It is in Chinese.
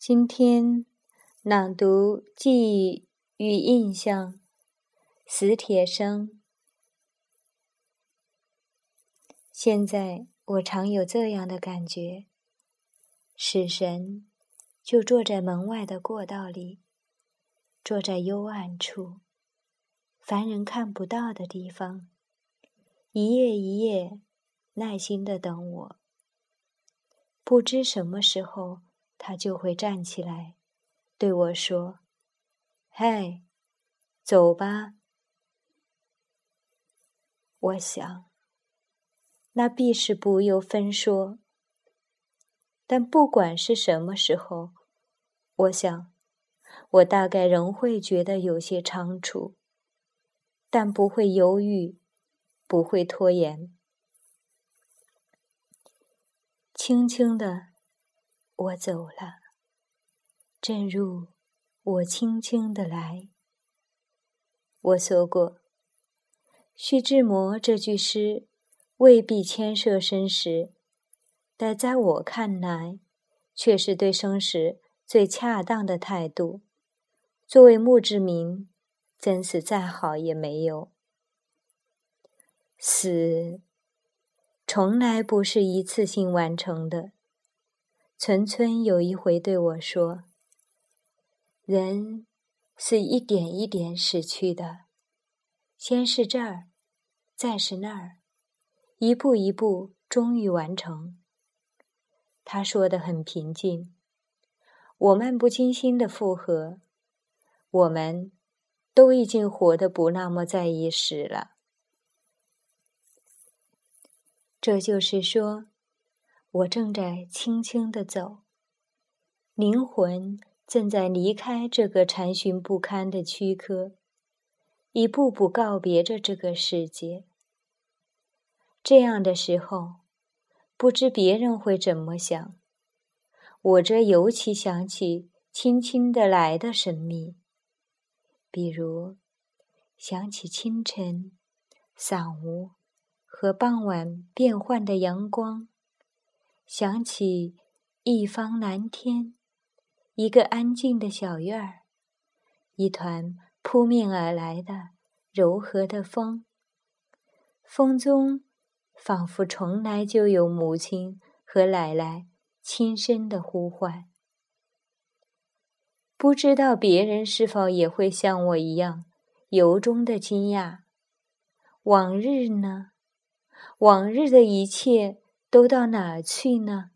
今天朗读《记忆与印象》，史铁生。现在我常有这样的感觉，死神就坐在门外的过道里，坐在幽暗处，凡人看不到的地方，一夜一夜耐心地等我。不知什么时候他就会站起来对我说：嗨，走吧。我想那必是不由分说，但不管是什么时候，我想我大概仍会觉得有些仓促，但不会犹豫，不会拖延。轻轻地我走了，正如我轻轻地来。我说过，徐志摩这句诗未必牵涉生死，但在我看来，却是对生死最恰当的态度。作为墓志铭，真是再好也没有。死从来不是一次性完成的。岑村有一回对我说，人是一点一点死去的，先是这儿，再是那儿，一步一步终于完成。他说得很平静，我漫不经心的附和，我们都已经活得不那么在意死了。这就是说，我正在轻轻地走，灵魂正在离开这个残寻不堪的躯壳，一步步告别着这个世界。这样的时候，不知别人会怎么想，我则尤其想起轻轻地来的神秘，比如想起清晨、晌午和傍晚变幻的阳光，想起一方蓝天，一个安静的小院儿，一团扑面而来的柔和的风，风中仿佛从来就有母亲和奶奶轻声的呼唤。不知道别人是否也会像我一样由衷的惊讶，往日呢？往日的一切都到哪儿去呢？